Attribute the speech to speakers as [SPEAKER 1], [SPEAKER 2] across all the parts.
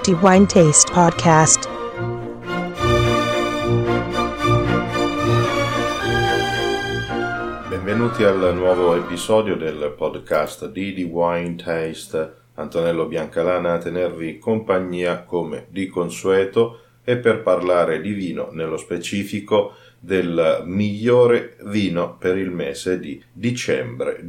[SPEAKER 1] Dirty Wine Taste Podcast.
[SPEAKER 2] Benvenuti al nuovo episodio del podcast Dirty Wine Taste. Antonello Biancalana a tenervi compagnia come di consueto e per parlare di vino, nello specifico del migliore vino per il mese di dicembre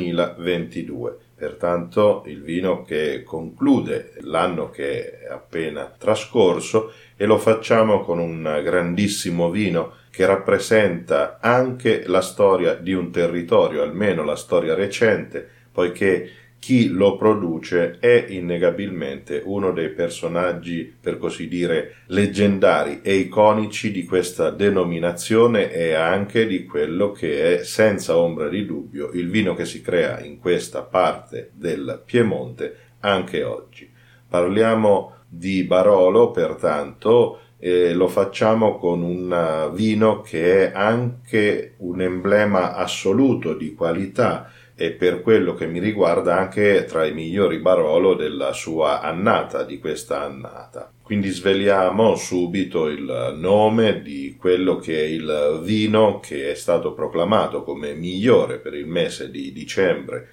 [SPEAKER 2] 2022. Pertanto il vino che conclude l'anno che è appena trascorso, e lo facciamo con un grandissimo vino che rappresenta anche la storia di un territorio, almeno la storia recente, poiché chi lo produce è innegabilmente uno dei personaggi, per così dire, leggendari e iconici di questa denominazione e anche di quello che è, senza ombra di dubbio, il vino che si crea in questa parte del Piemonte anche oggi. Parliamo di Barolo, pertanto, e lo facciamo con un vino che è anche un emblema assoluto di qualità, e per quello che mi riguarda anche tra i migliori Barolo della sua annata, di questa annata. Quindi sveliamo subito il nome di quello che è il vino che è stato proclamato come migliore per il mese di dicembre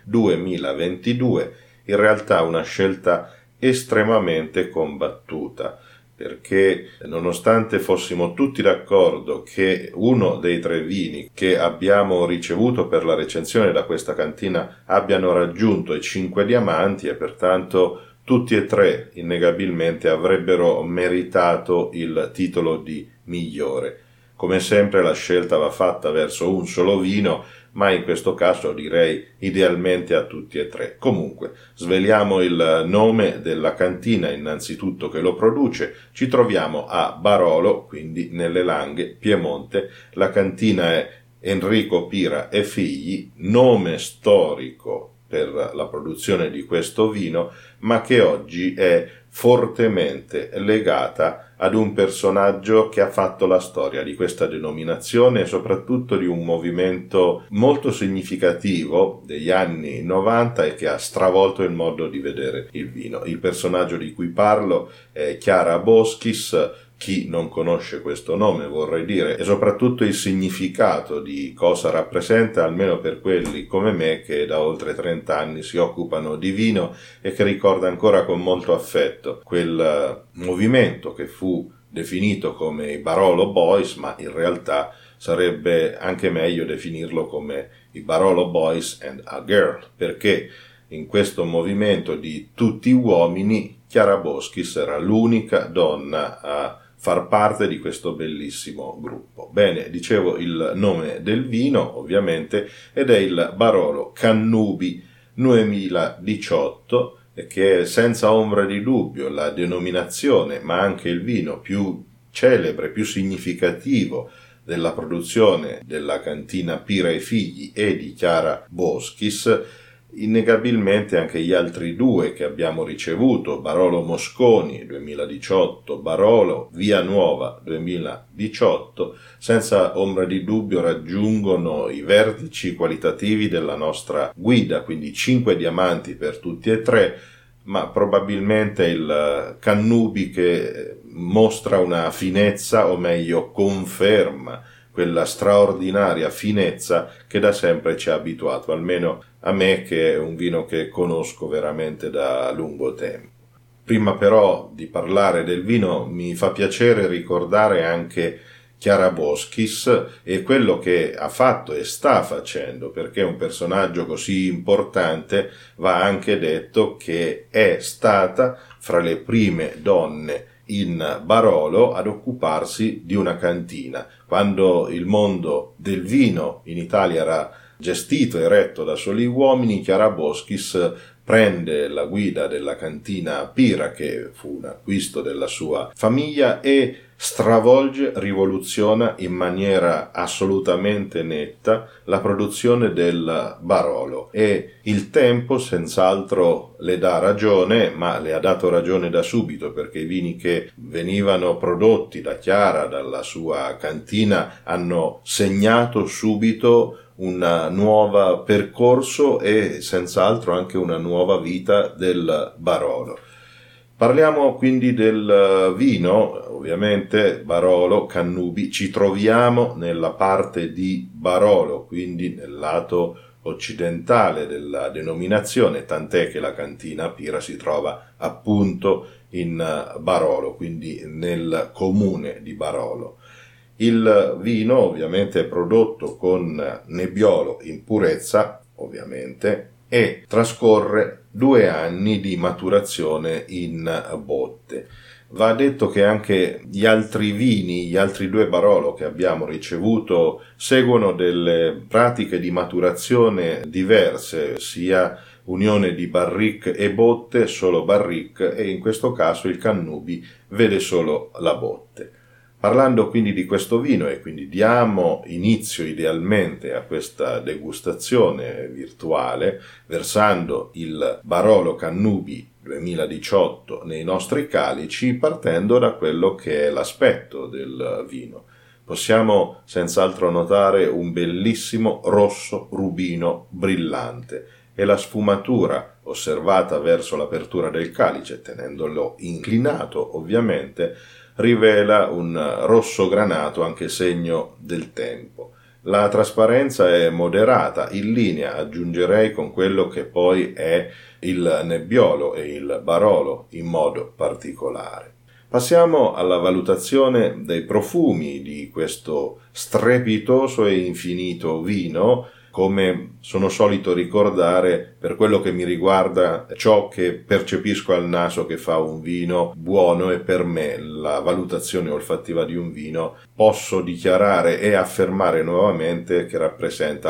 [SPEAKER 2] 2022, in realtà una scelta estremamente combattuta, perché nonostante fossimo tutti d'accordo che uno dei tre vini che abbiamo ricevuto per la recensione da questa cantina abbiano raggiunto i 5 diamanti e pertanto tutti e tre innegabilmente avrebbero meritato il titolo di migliore. Come sempre la scelta va fatta verso un solo vino, ma in questo caso direi idealmente a tutti e tre. Comunque, sveliamo il nome della cantina innanzitutto che lo produce. Ci troviamo a Barolo, quindi nelle Langhe, Piemonte. La cantina è Enrico Pira e Figli, nome storico per la produzione di questo vino, ma che oggi è fortemente legata ad un personaggio che ha fatto la storia di questa denominazione e soprattutto di un movimento molto significativo degli anni 90 e che ha stravolto il modo di vedere il vino. Il personaggio di cui parlo è Chiara Boschis. Chi non conosce questo nome, vorrei dire, e soprattutto il significato di cosa rappresenta, almeno per quelli come me che da oltre 30 anni si occupano di vino e che ricorda ancora con molto affetto quel movimento che fu definito come i Barolo Boys, ma in realtà sarebbe anche meglio definirlo come i Barolo Boys and a Girl, perché in questo movimento di tutti uomini Chiara Boschis era l'unica donna a far parte di questo bellissimo gruppo. Bene, dicevo il nome del vino, ovviamente, ed è il Barolo Cannubi 2018, che è senza ombra di dubbio la denominazione, ma anche il vino più celebre, più significativo della produzione della cantina Pira e Figli e di Chiara Boschis. Innegabilmente anche gli altri due che abbiamo ricevuto, Barolo Mosconi 2018, Barolo Via Nuova 2018, senza ombra di dubbio raggiungono i vertici qualitativi della nostra guida, quindi 5 diamanti per tutti e tre, ma probabilmente il Cannubi che mostra una finezza, o meglio conferma quella straordinaria finezza che da sempre ci ha abituato, almeno a me che è un vino che conosco veramente da lungo tempo. Prima però di parlare del vino mi fa piacere ricordare anche Chiara Boschis e quello che ha fatto e sta facendo, perché un personaggio così importante va anche detto che è stata fra le prime donne in Barolo ad occuparsi di una cantina. Quando il mondo del vino in Italia era gestito e retto da soli uomini, Chiara Boschis prende la guida della cantina Pira, che fu un acquisto della sua famiglia, e stravolge, rivoluziona in maniera assolutamente netta la produzione del Barolo, e il tempo senz'altro le dà ragione, ma le ha dato ragione da subito, perché i vini che venivano prodotti da Chiara, dalla sua cantina, hanno segnato subito un nuovo percorso e senz'altro anche una nuova vita del Barolo. Parliamo quindi del vino, ovviamente Barolo, Cannubi, ci troviamo nella parte di Barolo, quindi nel lato occidentale della denominazione, tant'è che la cantina Pira si trova appunto in Barolo, quindi nel comune di Barolo. Il vino ovviamente è prodotto con Nebbiolo in purezza, ovviamente, e trascorre 2 anni di maturazione in botte. Va detto che anche gli altri vini, gli altri 2 Barolo che abbiamo ricevuto, seguono delle pratiche di maturazione diverse, sia unione di barrique e botte, solo barrique, e in questo caso il Cannubi vede solo la botte. Parlando quindi di questo vino, e quindi diamo inizio idealmente a questa degustazione virtuale, versando il Barolo Cannubi 2018 nei nostri calici, partendo da quello che è l'aspetto del vino. Possiamo senz'altro notare un bellissimo rosso rubino brillante, e la sfumatura osservata verso l'apertura del calice, tenendolo inclinato ovviamente, rivela un rosso granato, anche segno del tempo. La trasparenza è moderata, in linea, aggiungerei, con quello che poi è il Nebbiolo e il Barolo in modo particolare. Passiamo alla valutazione dei profumi di questo strepitoso e infinito vino. Come sono solito ricordare, per quello che mi riguarda, ciò che percepisco al naso che fa un vino buono, e per me la valutazione olfattiva di un vino posso dichiarare e affermare nuovamente che rappresenta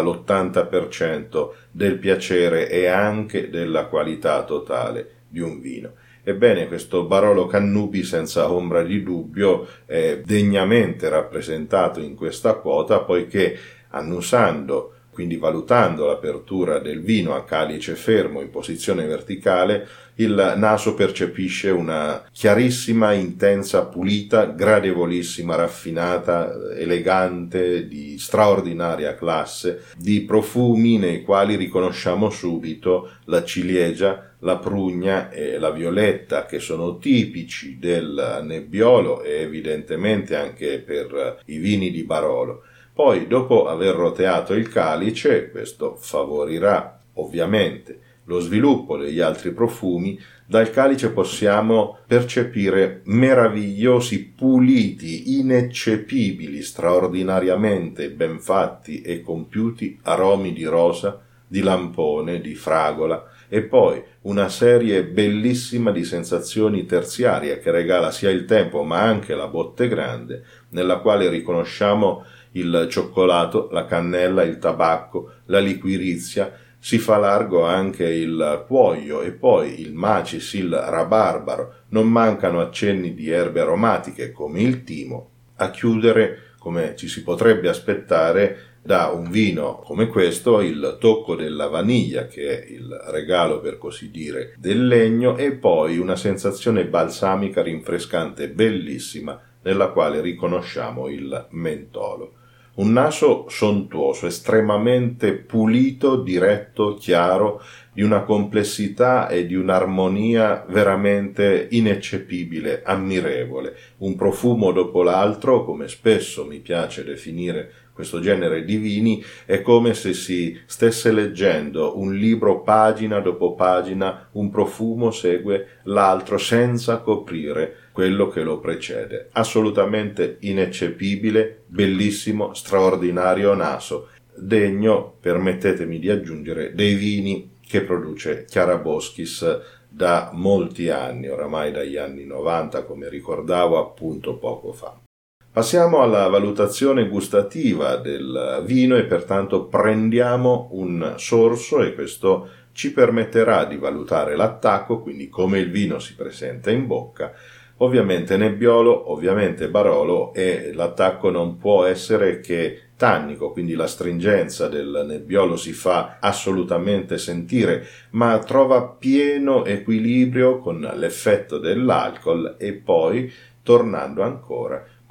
[SPEAKER 2] l'80% del piacere e anche della qualità totale di un vino. Ebbene, questo Barolo Cannubi senza ombra di dubbio è degnamente rappresentato in questa quota, poiché annusando, quindi valutando l'apertura del vino a calice fermo in posizione verticale, il naso percepisce una chiarissima, intensa, pulita, gradevolissima, raffinata, elegante, di straordinaria classe, di profumi nei quali riconosciamo subito la ciliegia, la prugna e la violetta, che sono tipici del Nebbiolo e evidentemente anche per i vini di Barolo. Poi, dopo aver roteato il calice, questo favorirà ovviamente lo sviluppo degli altri profumi, dal calice possiamo percepire meravigliosi, puliti, ineccepibili, straordinariamente ben fatti e compiuti aromi di rosa, di lampone, di fragola, e poi una serie bellissima di sensazioni terziarie che regala sia il tempo ma anche la botte grande, nella quale riconosciamo il cioccolato, la cannella, il tabacco, la liquirizia, si fa largo anche il cuoio e poi il macis, il rabarbaro, non mancano accenni di erbe aromatiche come il timo, a chiudere, come ci si potrebbe aspettare da un vino come questo, il tocco della vaniglia, che è il regalo, per così dire, del legno, e poi una sensazione balsamica rinfrescante bellissima nella quale riconosciamo il mentolo. Un naso sontuoso, estremamente pulito, diretto, chiaro, di una complessità e di un'armonia veramente ineccepibile, ammirevole. Un profumo dopo l'altro, come spesso mi piace definire questo genere di vini, è come se si stesse leggendo un libro pagina dopo pagina, un profumo segue l'altro senza coprire quello che lo precede. Assolutamente ineccepibile, bellissimo, straordinario naso, degno, permettetemi di aggiungere, dei vini che produce Chiara Boschis da molti anni, oramai dagli anni 90, come ricordavo appunto poco fa. Passiamo alla valutazione gustativa del vino e pertanto prendiamo un sorso, e questo ci permetterà di valutare l'attacco, quindi come il vino si presenta in bocca. Ovviamente Nebbiolo, ovviamente Barolo, e l'attacco non può essere che tannico, quindi la stringenza del Nebbiolo si fa assolutamente sentire, ma trova pieno equilibrio con l'effetto dell'alcol, e poi, tornando ancora,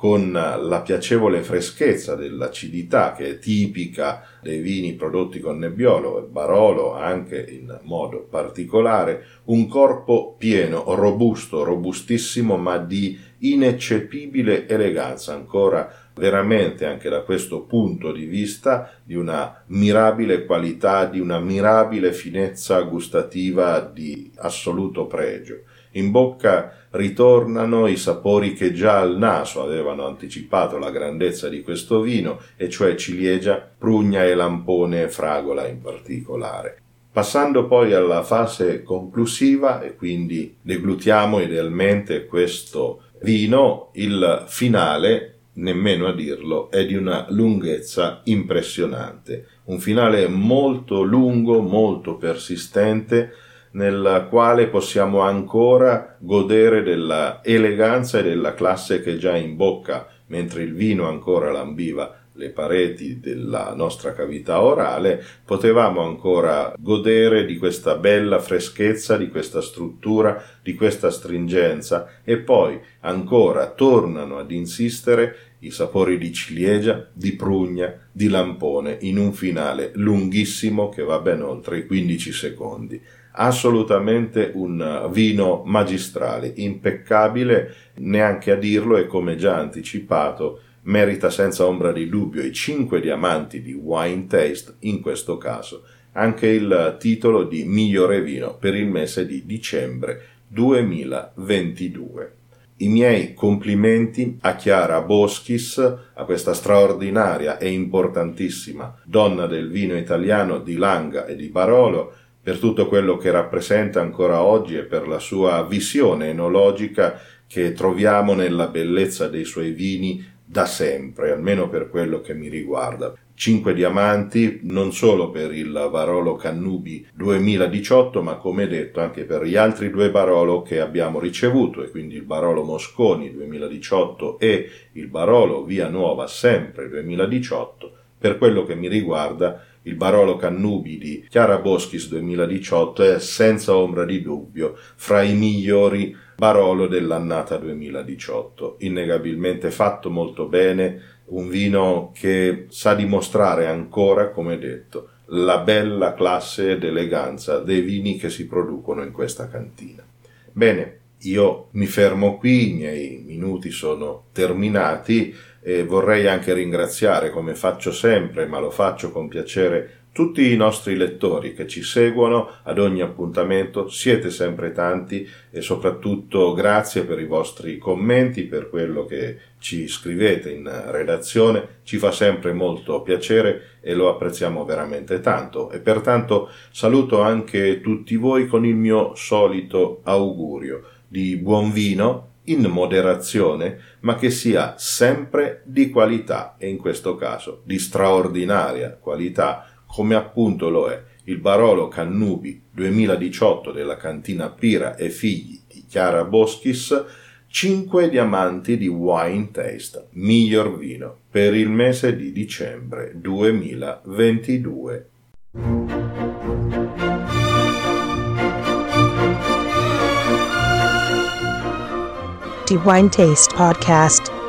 [SPEAKER 2] con la piacevole freschezza dell'acidità che è tipica dei vini prodotti con Nebbiolo e Barolo anche in modo particolare, un corpo pieno, robusto, robustissimo, ma di ineccepibile eleganza, ancora veramente anche da questo punto di vista di una mirabile qualità, di una mirabile finezza gustativa di assoluto pregio. In bocca ritornano i sapori che già al naso avevano anticipato la grandezza di questo vino, e cioè ciliegia, prugna e lampone e fragola in particolare. Passando poi alla fase conclusiva, e quindi deglutiamo idealmente questo vino, il finale, nemmeno a dirlo, è di una lunghezza impressionante. Un finale molto lungo, molto persistente, nel quale possiamo ancora godere della eleganza e della classe che già in bocca, mentre il vino ancora lambiva le pareti della nostra cavità orale, potevamo ancora godere di questa bella freschezza, di questa struttura, di questa stringenza, e poi ancora tornano ad insistere i sapori di ciliegia, di prugna, di lampone, in un finale lunghissimo che va ben oltre i 15 secondi. Assolutamente un vino magistrale, impeccabile, neanche a dirlo, e come già anticipato merita senza ombra di dubbio i 5 diamanti di Wine Taste, in questo caso anche il titolo di migliore vino per il mese di dicembre 2022. I miei complimenti a Chiara Boschis, a questa straordinaria e importantissima donna del vino italiano di Langa e di Barolo, per tutto quello che rappresenta ancora oggi e per la sua visione enologica che troviamo nella bellezza dei suoi vini da sempre, almeno per quello che mi riguarda. 5 diamanti non solo per il Barolo Cannubi 2018, ma come detto anche per gli altri 2 Barolo che abbiamo ricevuto, e quindi il Barolo Mosconi 2018 e il Barolo Via Nuova sempre 2018. Per quello che mi riguarda, il Barolo Cannubi di Chiara Boschis 2018 è senza ombra di dubbio fra i migliori Barolo dell'annata 2018. Innegabilmente fatto molto bene, un vino che sa dimostrare ancora, come detto, la bella classe ed eleganza dei vini che si producono in questa cantina. Bene, io mi fermo qui, i miei minuti sono terminati. E vorrei anche ringraziare, come faccio sempre, ma lo faccio con piacere, tutti i nostri lettori che ci seguono ad ogni appuntamento. Siete sempre tanti e soprattutto grazie per i vostri commenti, per quello che ci scrivete in redazione, ci fa sempre molto piacere e lo apprezziamo veramente tanto, e pertanto saluto anche tutti voi con il mio solito augurio di buon vino in moderazione, ma che sia sempre di qualità, e in questo caso di straordinaria qualità, come appunto lo è il Barolo Cannubi 2018 della cantina Pira e Figli di Chiara Boschis, 5 diamanti di Wine Taste, miglior vino per il mese di dicembre 2022.
[SPEAKER 1] The Wine Taste Podcast.